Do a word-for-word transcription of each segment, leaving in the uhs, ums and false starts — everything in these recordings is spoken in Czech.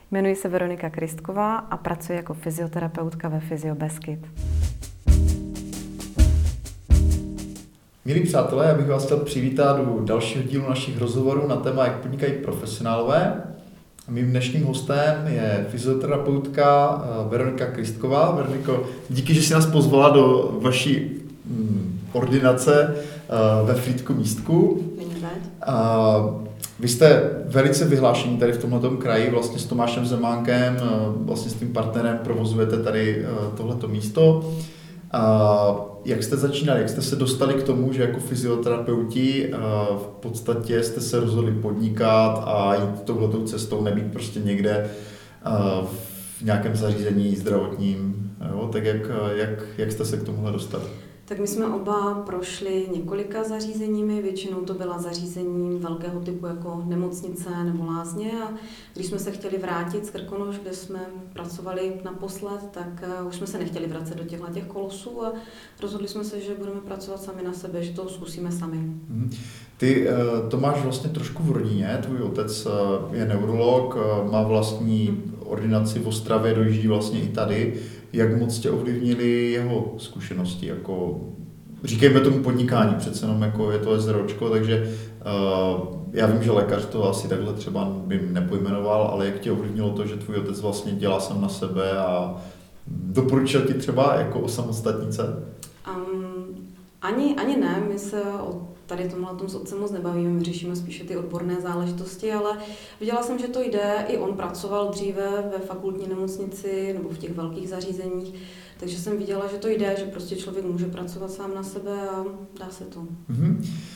Jmenuji se Veronika Kristková a pracuji jako fyzioterapeutka ve Fyziobeskyt. Milí přátelé, já bych vás chtěl přivítat u dalšího dílu našich rozhovorů na téma, jak podnikají profesionálové. Mým dnešním hostem je fyzioterapeutka Veronika Kristková. Veroniko, díky, že jsi nás pozvala do vaší ordinace ve Frýdku Místku. Vy jste velice vyhlášení tady v tomhletom kraji, vlastně s Tomášem Zemánkem, vlastně s tím partnerem provozujete tady tohleto místo. Jak jste začínali, jak jste se dostali k tomu, že jako fyzioterapeuti v podstatě jste se rozhodli podnikat a jít touhletou cestou, nebýt prostě někde v nějakém zařízení zdravotním, jo? Tak jak, jak, jak jste se k tomuhle dostali? Tak my jsme oba prošli několika zařízeními, většinou to byla zařízení velkého typu jako nemocnice nebo lázně a když jsme se chtěli vrátit z Krkonoš, kde jsme pracovali naposled, tak už jsme se nechtěli vracet do těchto těch kolosů a rozhodli jsme se, že budeme pracovat sami na sebe, že to zkusíme sami. Ty to máš vlastně trošku v rodině, tvůj otec je neurolog, má vlastní ordinaci v Ostravě, dojíždí vlastně i tady. Jak moc tě ovlivnili jeho zkušenosti, jako říkejme tomu podnikání, přece jenom jako je to SROčko, takže uh, já vím, že lékař to asi takhle třeba by nepojmenoval, ale jak tě ovlivnilo to, že tvůj otec vlastně dělá sám na sebe a doporučil ti třeba jako osamostatnice? Um, ani, ani ne, my se o tady tomhle tom s otcem moc nebavíme, my řešíme spíše ty odborné záležitosti, ale viděla jsem, že to jde, i on pracoval dříve ve fakultní nemocnici nebo v těch velkých zařízeních, takže jsem viděla, že to jde, že prostě člověk může pracovat sám na sebe a dá se to. Mm-hmm.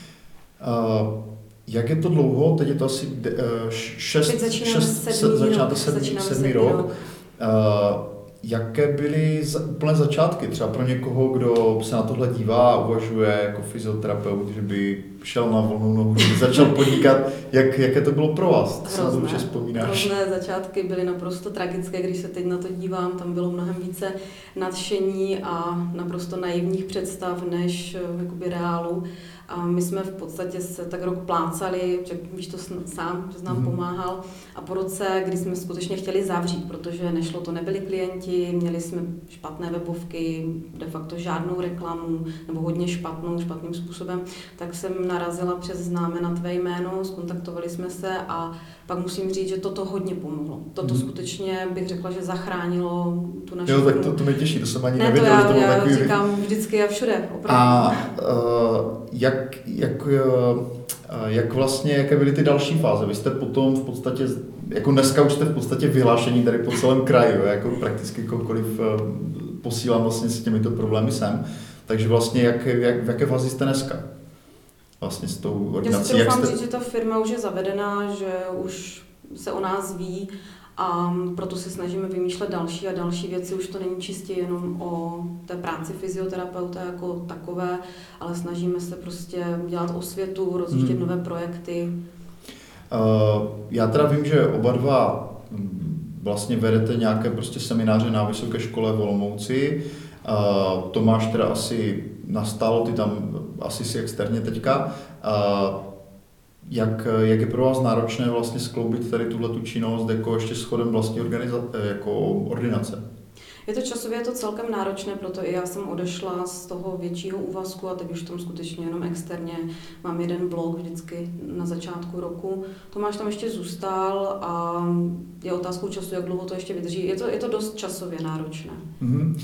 Uh, jak je to dlouho? Teď je to asi uh, šest, Teď začínáme šest, sedmý začínáte rok. sedmý, Začínáme sedmý sedmý rok. rok. Uh, Jaké byly za, úplné začátky, třeba pro někoho, kdo se na tohle dívá a uvažuje jako fyzioterapeut, že by šel na volnou nohu, že by začal podnikat, jak, jaké to bylo pro vás? Co na to určitě vzpomínáš? Hrozné začátky byly naprosto tragické, když se teď na to dívám, tam bylo mnohem více nadšení a naprosto naivních představ než jakoby reálu. A my jsme v podstatě se tak rok plácali, že víš to sám, že nám mm. pomáhal. A po roce, kdy jsme skutečně chtěli zavřít, protože nešlo to, nebyli klienti, měli jsme špatné webovky, de facto žádnou reklamu, nebo hodně špatnou, špatným způsobem, tak jsem narazila přes známé na tvé jméno, skontaktovali jsme se a pak musím říct, že toto hodně pomohlo. Toto mm. skutečně bych řekla, že zachránilo tu naši... Jo, tak to, to mě těší, to jsem ani ne, nevěděl, to já, že to bylo já takový... říkám vždycky a všude, opravdu. A uh, jak, jak, uh, jak vlastně, jaké byly ty další fáze? Vy jste potom v podstatě, jako dneska už jste v podstatě vyhlášení tady po celém kraji, jo? Jako prakticky kohokoliv uh, posílám vlastně s těmito problémy sem. Takže vlastně jak, jak, v jaké fázi jste dneska? Vlastně s tou ordinací. Já si doufám jste... říct, že ta firma už je zavedená, že už se o nás ví a proto se snažíme vymýšlet další a další věci. Už to není čistě jenom o té práci fyzioterapeuta jako takové, ale snažíme se prostě udělat osvětu, rozjíždět hmm. nové projekty. Uh, já teda vím, že oba dva vlastně vedete nějaké prostě semináře na Vysoké škole v Olomouci. Uh, Tomáš teda asi nastalo, ty tam asi si externě teďka. Uh, jak, jak je pro vás náročné vlastně skloubit tady tuhletu činnost jako ještě s chodem vlastní organizace, jako ordinace? Je to časově je to celkem náročné, proto i já jsem odešla z toho většího úvazku a teď už tam skutečně jenom externě mám jeden blok vždycky na začátku roku. Tomáš tam ještě zůstal a je otázkou času, jak dlouho to ještě vydrží. Je to, je to dost časově náročné. Mm-hmm.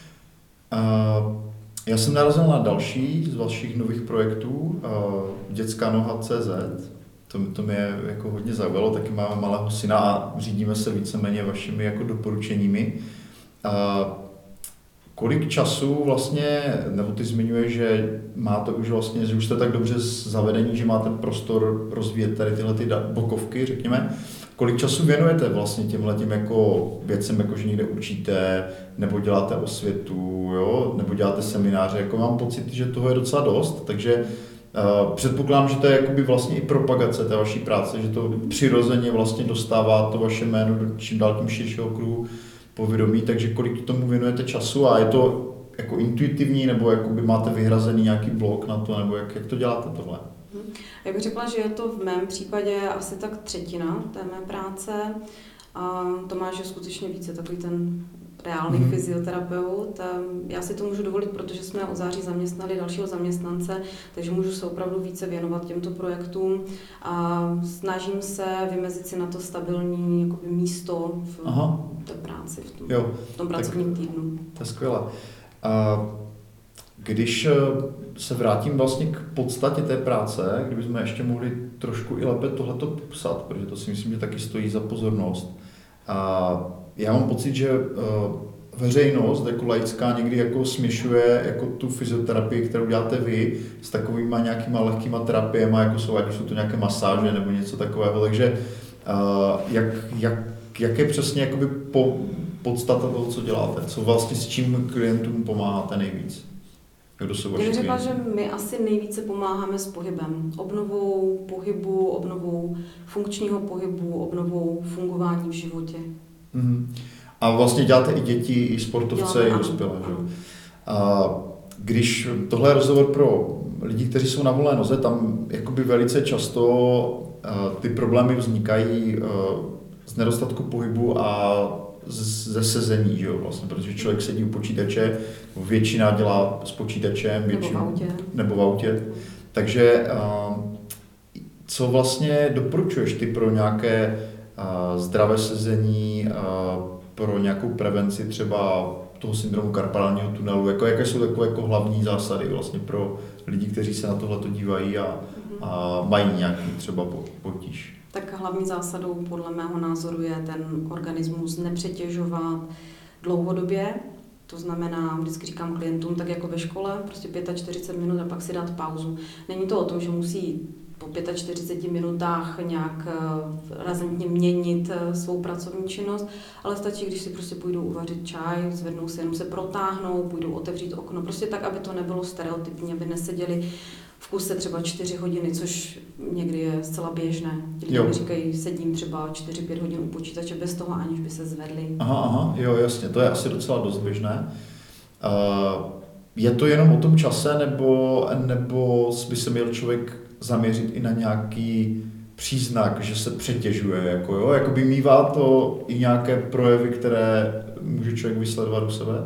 Uh... Já jsem narazil na další z vašich nových projektů, uh, dětská noha tečka cé zet. To, to mě jako hodně zaujalo, taky máme malého syna a řídíme se víceméně vašimi jako doporučeními. Uh, kolik času vlastně, nebo ty zmiňuješ, že máte už vlastně, že už jste tak dobře zavedení, že máte prostor rozvíjet tady tyhle ty bokovky, řekněme. Kolik času věnujete vlastně těmhletím jako věcem, jako že někde učíte, nebo děláte osvětu, jo? Nebo děláte semináře, jako mám pocit, že toho je docela dost, takže uh, předpokládám, že to je jakoby vlastně i propagace té vaší práce, že to přirozeně vlastně dostává to vaše jméno do čím dál tím širšího kruhu povědomí, takže kolik tomu věnujete času a je to jako intuitivní, nebo jakoby máte vyhrazený nějaký blok na to, nebo jak, jak to děláte tohle? Já bych řekla, že je to v mém případě asi tak třetina té mé práce. A Tomáš je skutečně více takový ten reálný Mhm. mm-hmm. fyzioterapeut. A já si to můžu dovolit, protože jsme od září zaměstnali dalšího zaměstnance, takže můžu se opravdu více věnovat těmto projektům a snažím se vymezit si na to stabilní jakoby, místo v Aha. té práci, v tom, Jo, v tom pracovním týdnu. to je skvělé. A když se vrátím vlastně k podstatě té práce, kdybychom ještě mohli trošku i lépe tohleto popsat, protože to si myslím, že taky stojí za pozornost. A já mám pocit, že veřejnost jako laická někdy jako směšuje jako tu fyzioterapii, kterou děláte vy, s takovýma nějakýma lehkýma terapiemi, jako jsou, ať už jsou to nějaké masáže nebo něco takového. Takže jak, jak, jak je přesně jakoby po, podstata toho, co děláte? Co vlastně s čím klientům pomáháte nejvíc? Kdo jsou vaši Já bych řekla, klienti? že my asi nejvíce pomáháme s pohybem. Obnovou pohybu, obnovou funkčního pohybu, obnovou fungování v životě. Mm-hmm. A vlastně děláte i děti, i sportovce, Děláme, i ano, dospělé, že? ano. A když tohle je rozhovor pro lidi, kteří jsou na volné noze, tam jakoby velice často uh, ty problémy vznikají uh, z nedostatku pohybu a z- ze sezení, že jo, vlastně, protože člověk sedí u počítače, většina dělá s počítačem, Nebo v většinu, autě. nebo v autě. Takže uh, co vlastně doporučuješ ty pro nějaké uh, zdravé sezení, uh, pro nějakou prevenci třeba toho syndromu karpalního tunelu, jako, jaké jsou takové jako hlavní zásady vlastně pro lidi, kteří se na tohleto dívají a, a mají nějaký třeba potíž? Tak hlavní zásadou podle mého názoru je ten organismus nepřetěžovat dlouhodobě. To znamená, vždycky říkám klientům, tak jako ve škole, prostě čtyřicet pět minut a pak si dát pauzu. Není to o tom, že musí po čtyřiceti pěti minutách nějak razantně měnit svou pracovní činnost, ale stačí, když si prostě půjdou uvařit čaj, zvednou se, jenom se protáhnou, půjdou otevřít okno, prostě tak, aby to nebylo stereotypní, aby neseděli v kuse třeba čtyři hodiny, což někdy je zcela běžné. Ti lidé mi říkají, sedím třeba čtyři pět hodin u počítače bez toho, aniž by se zvedli. Aha, aha, jo, jasně, to je asi docela dost běžné. Uh, je to jenom o tom čase, nebo, nebo by se měl člověk zaměřit i na nějaký příznak, že se přetěžuje, jako jo, jakoby mívá to i nějaké projevy, které může člověk vysledovat u sebe?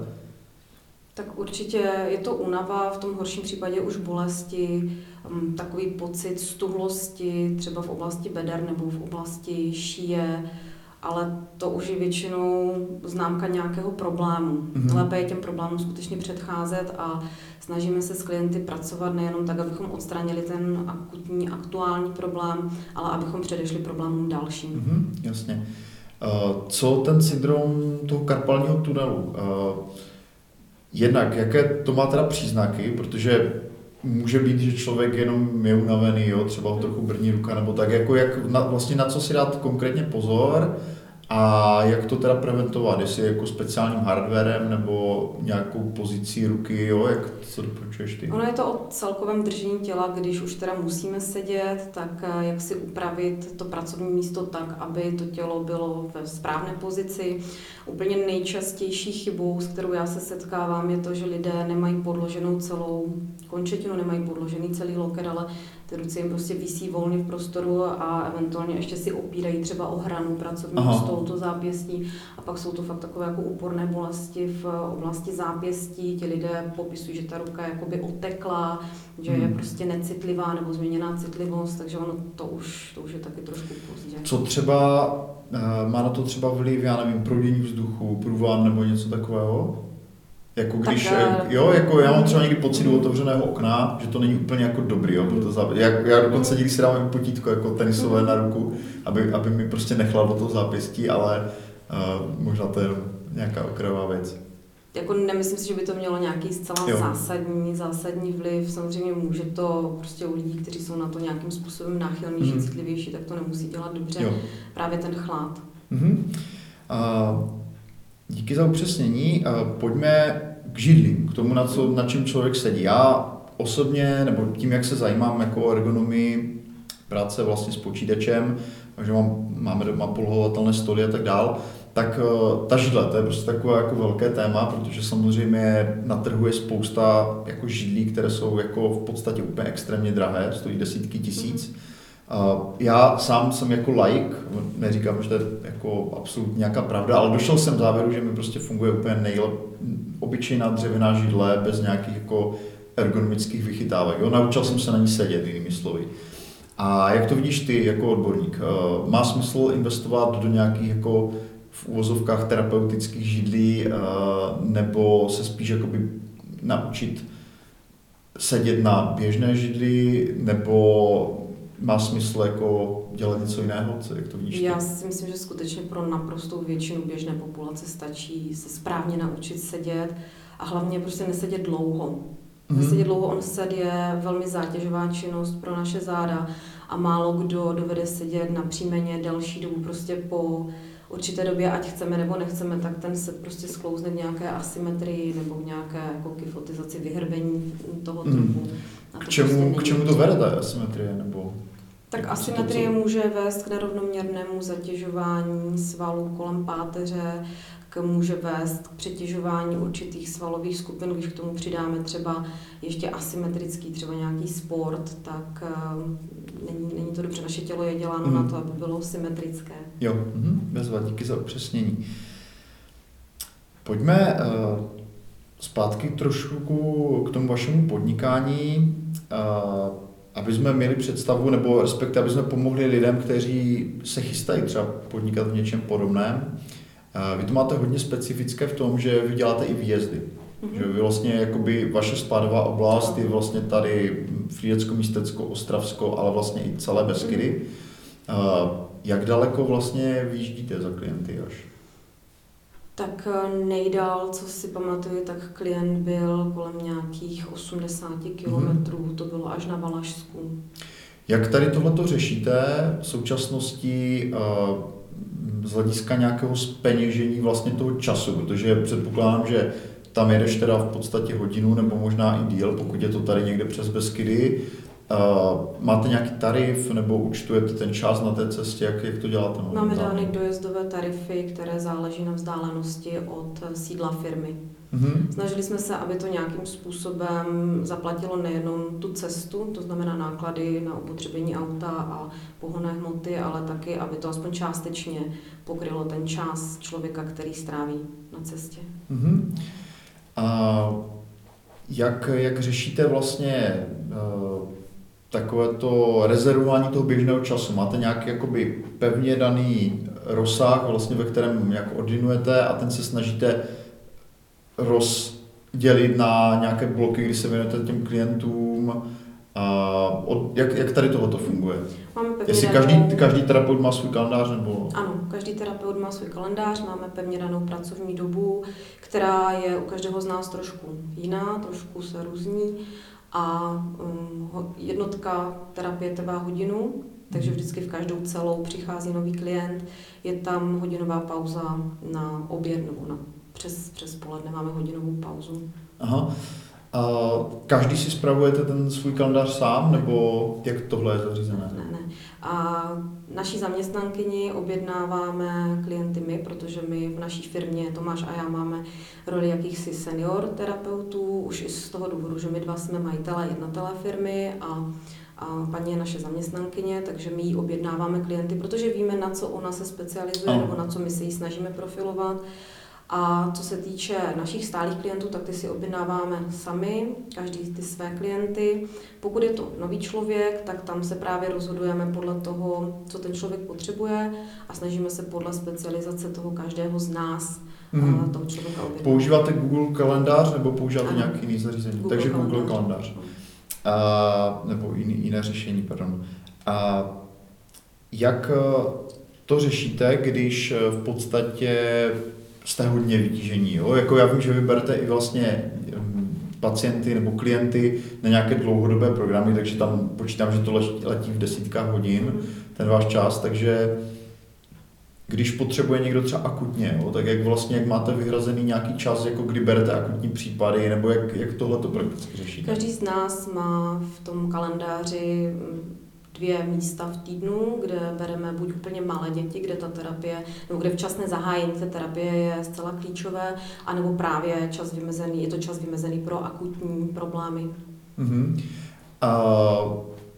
Tak určitě je to únava, v tom horším případě už bolesti, takový pocit stuhlosti, třeba v oblasti beder nebo v oblasti šíje, ale to už je většinou známka nějakého problému. Mm-hmm. Lépe je těm problémům skutečně předcházet a snažíme se s klienty pracovat nejenom tak, abychom odstranili ten akutní, aktuální problém, ale abychom předešli problémům dalším. Mm-hmm, jasně. Uh, co ten syndrom toho karpalního tunelu? Uh, jednak, jaké to má teda příznaky, protože může být, že člověk jenom je unavený, jo, třeba ho trochu brní ruka, nebo tak, jako jak na, vlastně na co si dát konkrétně pozor a jak to teda preventovat, jestli jako speciálním hardwarem nebo nějakou pozicí ruky, jo, jak co doporučuješ ty? Ono je to o celkovém držení těla, když už teda musíme sedět, tak jak si upravit to pracovní místo tak, aby to tělo bylo ve správné pozici. Úplně nejčastější chybou, s kterou já se setkávám, je to, že lidé nemají podloženou celou končetinu, nemají podložený celý loket, ale ty ruce jim prostě visí volně v prostoru a eventuálně ještě si opírají třeba o hranu pracovního stolu, to zápěstí a pak jsou to fakt takové jako úporné bolesti v oblasti zápěstí. Ti lidé popisují, že ta ruka je jakoby otekla, že je prostě necitlivá nebo změněná citlivost, takže ono to už, to už je taky trošku pozdě. Co třeba, má na to třeba vliv, já nevím, proudění vzduchu, průvan nebo něco takového? Jako když, tak, jo, jako já mám třeba někdy pocit u otevřeného okna, že to není úplně jako dobrý, jo, proto zápěstí. Já, já dokonce někdy si dávám potítko jako tenisové na ruku, aby, aby mi prostě nechlalo to zápěstí, ale uh, možná to je nějaká okrajová věc. Jako nemyslím si, že by to mělo nějaký zcela zásadní, zásadní vliv. Samozřejmě může to prostě u lidí, kteří jsou na to nějakým způsobem náchylnější, mm. citlivější, tak to nemusí dělat dobře. Jo. Právě ten chlad. Mm-hmm. Uh, díky za upřesnění. Uh, pojďme k židlím, k tomu, na, co, na čem člověk sedí. Já osobně, nebo tím, jak se zajímám jako o ergonomii práce vlastně s počítačem, že mám, máme doma polohovatelné stoly a tak dál, tak uh, ta židle, to je prostě takové jako velké téma, protože samozřejmě na trhu je spousta jako židlí, které jsou jako v podstatě úplně extrémně drahé, stojí desítky tisíc. Já sám jsem jako laik, neříkám, že to je jako absolutně nějaká pravda, ale došel jsem k závěru, že mi prostě funguje úplně nejlep, obyčejná dřevěná židle bez nějakých jako ergonomických vychytávek. Jo? Naučil jsem se na ní sedět, jinými slovy. A jak to vidíš ty jako odborník? Má smysl investovat do nějakých jako v úvozovkách terapeutických židlí nebo se spíš jakoby naučit sedět na běžné židli, nebo má smysl jako dělat něco jiného? Co, jak to vidíš? Já si myslím, že skutečně pro naprostou většinu běžné populace stačí se správně naučit sedět a hlavně prostě nesedět dlouho. Mm-hmm. Nesedět dlouho, on sed je velmi zátěžová činnost pro naše záda a málo kdo dovede sedět napřímeně delší dobu prostě po určité době, ať chceme nebo nechceme, tak ten se prostě sklouzne v nějaké asymetrii nebo v nějaké jako kyfotizaci, vyhrbení toho trupu. Mm. K čemu, prostě k čemu to vede ta asymetrie? Nebo tak asymetrie může vést k nerovnoměrnému zatěžování svalů kolem páteře, k, může vést k přetěžování určitých svalových skupin, když k tomu přidáme třeba ještě asymetrický, třeba nějaký sport, tak uh, není, není to dobře. Naše tělo je děláno mm. na to, aby bylo symetrické. Jo, mm, bezva, díky za upřesnění. Pojďme uh, zpátky trošku k tomu vašemu podnikání, uh, aby jsme měli představu, nebo respektive, aby jsme pomohli lidem, kteří se chystají třeba podnikat v něčem podobném. Vy to máte hodně specifické v tom, že vy děláte i výjezdy. Mm-hmm. Že vy vlastně, jakoby vaše spádová oblast je vlastně tady Frýdecko, Místecko, Ostravsko, ale vlastně i celé Beskydy. Mm-hmm. Jak daleko vlastně vyjíždíte za klienty až? Tak nejdál, co si pamatuju, tak klient byl kolem nějakých osmdesát kilometrů, mm-hmm. to bylo až na Valašsku. Jak tady tohleto řešíte v současnosti z hlediska nějakého zpeněžení vlastně toho času, protože předpokládám, že tam jedeš teda v podstatě hodinu nebo možná i díl, pokud je to tady někde přes Beskydy. Uh, máte nějaký tarif nebo účtujete ten čas na té cestě, jak, jak to děláte? Máme dány dojezdové tarify, které záleží na vzdálenosti od sídla firmy. Mm-hmm. Snažili jsme se, aby to nějakým způsobem zaplatilo nejenom tu cestu, to znamená náklady na upotřebení auta a pohonné hmoty, ale taky, aby to aspoň částečně pokrylo ten čas člověka, který stráví na cestě. Mm-hmm. A jak, jak řešíte vlastně uh, takové to rezervování toho běžného času? Máte nějaký jakoby pevně daný rozsah, vlastně, ve kterém nějak ordinujete a ten se snažíte rozdělit na nějaké bloky, kdy se věnujete těm klientům? A od, jak, jak tady tohoto funguje? Máme pevně Jestli danou... každý, každý terapeut má svůj kalendář? Nebo... Ano, každý terapeut má svůj kalendář, máme pevně danou pracovní dobu, která je u každého z nás trošku jiná, trošku se různí. A um, jednotka terapie trvá hodinu, takže vždycky v každou celou přichází nový klient. Je tam hodinová pauza na oběd nebo na přes, přes poledne máme hodinovou pauzu. Aha. A každý si spravujete ten svůj kalendář sám, nebo jak tohle je zařízené? Ne, ne. A naší zaměstnankyni objednáváme klienty my, protože my v naší firmě, Tomáš a já, máme roli jakýchsi senior terapeutů, už i z toho důvodu, že my dva jsme majitelé, jednatelé firmy a, a paní je naše zaměstnankyně, takže my jí objednáváme klienty, protože víme, na co ona se specializuje, ano. nebo na co my se jí snažíme profilovat. A co se týče našich stálých klientů, tak ty si objednáváme sami, každý ty své klienty. Pokud je to nový člověk, tak tam se právě rozhodujeme podle toho, co ten člověk potřebuje a snažíme se podle specializace toho každého z nás mm. toho člověka objednávat. Používáte Google kalendář nebo používáte ano. nějaký jiný zařízení? Google Takže kalendář. Google kalendář. A, nebo jiný, jiné řešení, pardon. A jak to řešíte, když v podstatě jste hodně vytížení, jo? Jako já vím, že vyberete i vlastně pacienty nebo klienty na nějaké dlouhodobé programy, takže tam počítám, že to letí v desítkách hodin, ten váš čas, takže když potřebuje někdo třeba akutně, jo? Tak jak vlastně, jak máte vyhrazený nějaký čas, jako kdy berete akutní případy, nebo jak, jak tohle to prakticky řešíte? Každý z nás má v tom kalendáři dvě místa v týdnu, kde bereme buď úplně malé děti, kde ta terapie, nebo kde včasné zahájení té terapie je zcela klíčové, anebo právě čas vymezený, je to čas vymezený pro akutní problémy. Uh-huh. A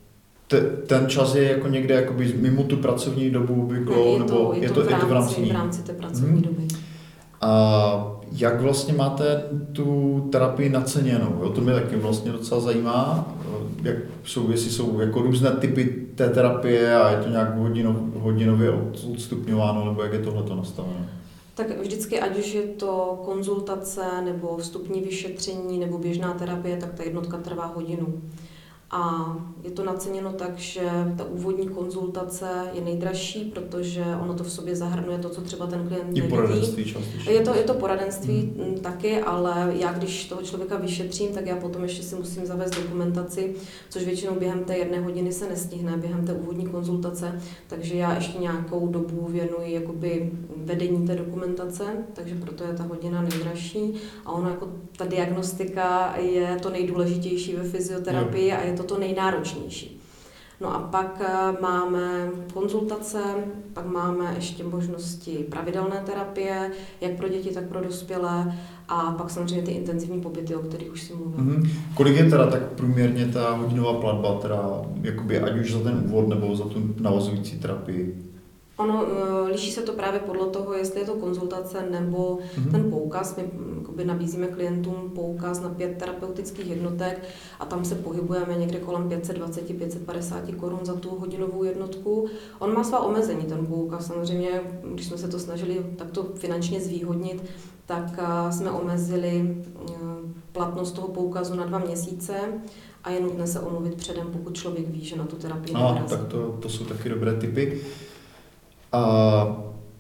te, ten čas je jako někde jakoby mimo tu pracovní dobu obvyklou, Ne, je to, nebo je, je to, to, v je to v rámci rámci, ní? v rámci té pracovní Hmm. doby. A jak vlastně máte tu terapii naceněnou? Jo? To mě taky vlastně docela zajímá, jak jsou, jestli jsou jako různé typy té terapie a je to nějak hodino, hodinově odstupňováno, nebo jak je tohleto nastaveno? Tak vždycky, ať už je to konzultace, nebo vstupní vyšetření, nebo běžná terapie, tak ta jednotka trvá hodinu. A je to naceněno tak, že ta úvodní konzultace je nejdražší, protože ono to v sobě zahrnuje to, co třeba ten klient I nevidí. poradenství často. Je to, je to poradenství Hmm. taky, ale já když toho člověka vyšetřím, tak já potom ještě si musím zavést dokumentaci, což většinou během té jedné hodiny se nestihne, během té úvodní konzultace, takže já ještě nějakou dobu věnuji jakoby vedení té dokumentace, takže proto je ta hodina nejdražší a ono jako ta diagnostika je to nejdůležitější ve fyzioterapii jo. A je to to nejnáročnější. No a pak máme konzultace, pak máme ještě možnosti pravidelné terapie, jak pro děti, tak pro dospělé a pak samozřejmě ty intenzivní pobyty, o kterých už si mluvil. Mm-hmm. Kolik je teda tak průměrně ta hodinová platba, teda jakoby ať už za ten úvod nebo za tu navazující terapii? Ono, liší se to právě podle toho, jestli je to konzultace nebo mm-hmm. ten poukaz. My jakoby nabízíme klientům poukaz na pět terapeutických jednotek a tam se pohybujeme někde kolem pět set dvacet až pět set padesát korun za tu hodinovou jednotku. On má svá omezení, ten poukaz. Samozřejmě, když jsme se to snažili takto finančně zvýhodnit, tak jsme omezili platnost toho poukazu na dva měsíce a je nutné se omluvit předem, pokud člověk ví, že na tu terapii nedorazí. Tak to, to jsou taky dobré tipy. A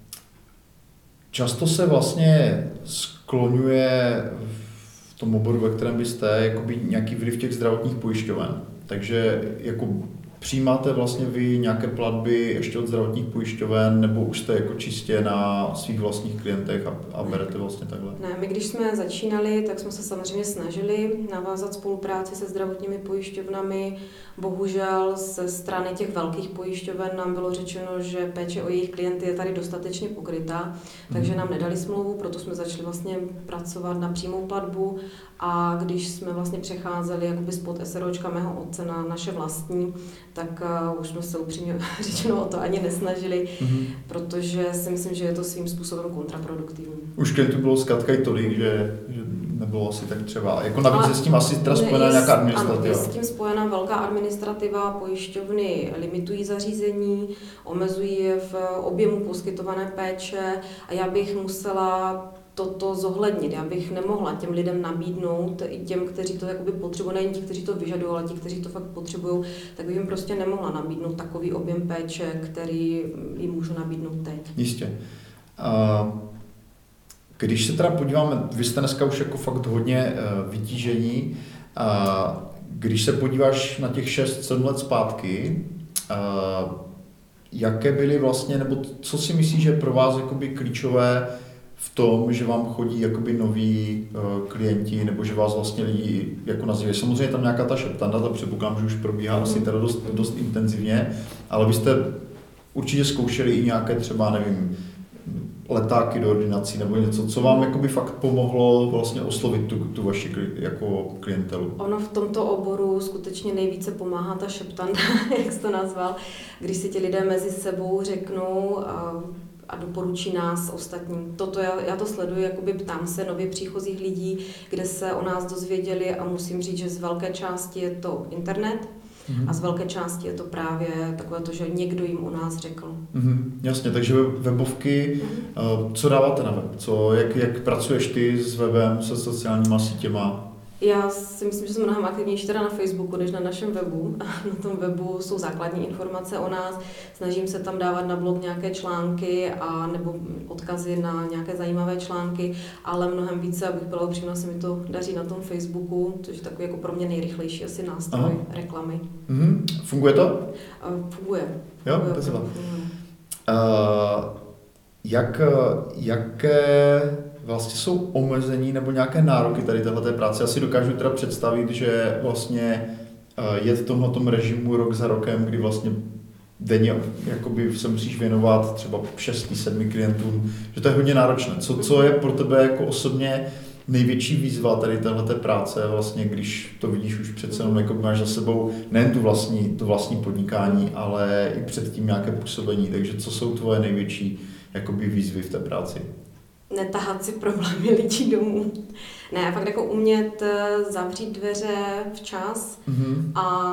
často se vlastně skloňuje v tom oboru, ve kterém byste, jakoby nějaký vliv těch zdravotních pojišťoven. Takže jako přijímáte vlastně vy nějaké platby ještě od zdravotních pojišťoven, nebo už jste jako čistě na svých vlastních klientech a, a berete vlastně takhle? Ne, my když jsme začínali, tak jsme se samozřejmě snažili navázat spolupráci se zdravotními pojišťovnami. Bohužel ze strany těch velkých pojišťoven nám bylo řečeno, že péče o jejich klienty je tady dostatečně pokrytá, takže nám nedali smlouvu, proto jsme začali vlastně pracovat na přímou platbu a když jsme vlastně přecházeli jakoby spod SROčka mého otce na naše vlastní, tak uh, už jsme se upřímně řečeno o to ani nesnažili, mm-hmm. protože si myslím, že je to svým způsobem kontraproduktivní. Už klientů bylo zkrátka i tolik, že, že nebylo asi tak třeba. Jako navíc je s tím asi teda spojená je, nějaká administrativa. Ano, je s tím spojená velká administrativa, pojišťovny limitují zařízení, omezují je v objemu poskytované péče a já bych musela toto zohlednit. Já bych nemohla těm lidem nabídnout, i těm, kteří to jakoby potřebují, nejen ti, kteří to vyžadují, ale ti, kteří to fakt potřebují, tak bych jim prostě nemohla nabídnout takový objem péče, který jim můžu nabídnout teď. Jistě. Uh, když se teda podíváme, vy jste dneska už jako fakt hodně uh, vytížení, uh, když se podíváš na těch šest sedm let zpátky, uh, jaké byly vlastně, nebo co si myslíš, že pro vás jakoby klíčové v tom, že vám chodí jakoby noví uh, klienti, nebo že vás vlastně lidi jako nazývají. Samozřejmě tam nějaká ta šeptanda, ta předpokládám, že už probíhá mm. asi teda dost, dost intenzivně, ale vy jste určitě zkoušeli i nějaké třeba, nevím, letáky do ordinací nebo něco, co vám jakoby fakt pomohlo vlastně oslovit tu, tu vaši jako klientelu? Ono v tomto oboru skutečně nejvíce pomáhá ta šeptanda, jak jsi to nazval, když si ti lidé mezi sebou řeknou a, a doporučí nás ostatním. Toto já, já to sleduji, jakoby ptám se nově příchozích lidí, kde se o nás dozvěděli a musím říct, že z velké části je to internet, a z velké části je to právě takové to, že někdo jim o nás řekl. Mm-hmm, jasně, takže webovky, mm-hmm. co dáváte na web? Co, jak, jak pracuješ ty s webem, se sociálníma sítěma? Já si myslím, že jsem mnohem aktivnější teda na Facebooku, než na našem webu. Na tom webu jsou základní informace o nás. Snažím se tam dávat na blog nějaké články a nebo odkazy na nějaké zajímavé články, ale mnohem více, abych byla upřímná, se mi to daří na tom Facebooku, což je takový jako pro mě nejrychlejší asi nástroj Aha. reklamy. Mm-hmm. Funguje to? Uh, funguje. Jo, funguje, funguje. Uh, jak, jaké vlastně jsou omezení nebo nějaké nároky tady téhleté práce? Já si dokážu teda představit, že vlastně je v tomhletom režimu rok za rokem, kdy vlastně denně jakoby se musíš věnovat třeba šesti sedmi klientům, že to je hodně náročné. Co, co je pro tebe jako osobně největší výzva tady téhleté práce, vlastně, když to vidíš už přece jenom, jako máš za sebou nejen tu vlastní, to vlastní podnikání, ale i předtím nějaké působení. Takže co jsou tvoje největší jakoby, výzvy v té práci? Netahat si problémy lidí domů. Ne, fakt jako umět zavřít dveře včas Mm-hmm. a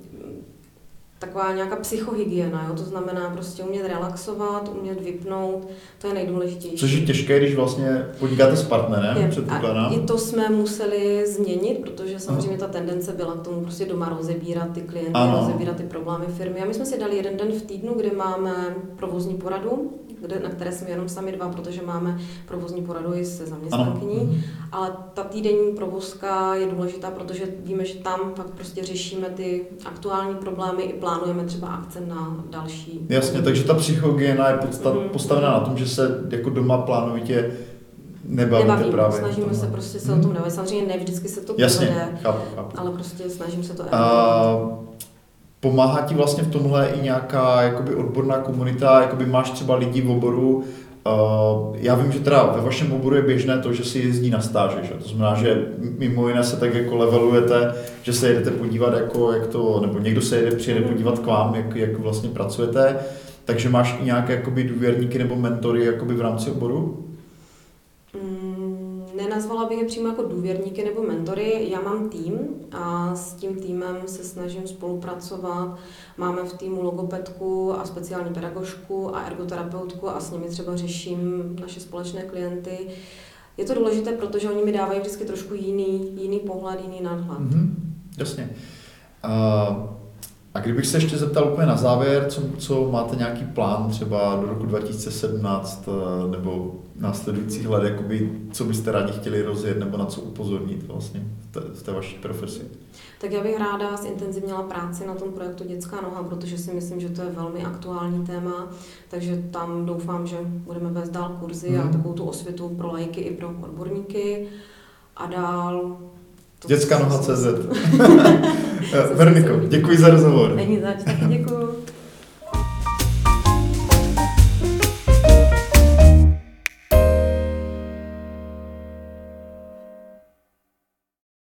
taková nějaká psychohygiena, jo? To znamená prostě umět relaxovat, umět vypnout, to je nejdůležitější. Což je těžké, když vlastně podnikáte s partnerem, Je, předpokládám. a i to jsme museli změnit, protože samozřejmě ta tendence byla k tomu prostě doma rozebírat ty klienty, Ano. rozebírat ty problémy firmy. A my jsme si dali jeden den v týdnu, kde máme provozní poradu, kde, na které jsme jenom sami dva, protože máme provozní poradu i se zaměstnankyní. Ano. Ale ta týdenní provozka je důležitá, protože víme, že tam fakt prostě řešíme ty aktuální problémy i plánujeme třeba akce na další. Jasně, takže ta psychohygiena je podsta- Mhm. postavená na tom, že se jako doma plánovitě nebavíte Nebavíme, právě. snažíme o tom. se prostě se Mhm. o tom nebavit. Samozřejmě ne vždycky se to Jasně, povede, chápu, chápu. ale prostě snažím se to A pomáhá ti vlastně v tomhle i nějaká jakoby odborná komunita, jakoby máš třeba lidi v oboru. Uh, já vím, že teda ve vašem oboru je běžné to, že si jezdí na stáže, že? To znamená, že mimo jiné se tak jako levelujete, že se jedete podívat, jako, jak to, nebo někdo se jede, přijede podívat k vám, jak, jak vlastně pracujete, takže máš i nějaké jakoby důvěrníky nebo mentory jakoby v rámci oboru? Mm, nenazvala bych je přímo jako důvěrníky nebo mentory. Já mám tým a s tím týmem se snažím spolupracovat. Máme v týmu logopedku a speciální pedagožku a ergoterapeutku a s nimi třeba řeším naše společné klienty. Je to důležité, protože oni mi dávají vždycky trošku jiný, jiný pohled, jiný nadhled. Mm-hmm, jasně. Uh, a kdybych se ještě zeptal úplně na závěr, co, co máte nějaký plán třeba do roku dva tisíce sedmnáct uh, nebo následujících let, jakoby, co byste rádi chtěli rozjet nebo na co upozornit vlastně v té, v té vaší profesi? Tak já bych ráda zintenzivnila práci na tom projektu Dětská noha, protože si myslím, že to je velmi aktuální téma, takže tam doufám, že budeme vést dál kurzy Mhm. a takovou tu osvětu pro laiky i pro odborníky a dál... to, Dětská co- noha co- tečka cé zet. Verniko, děkuji za rozhovor. Není zač, taky děkuju.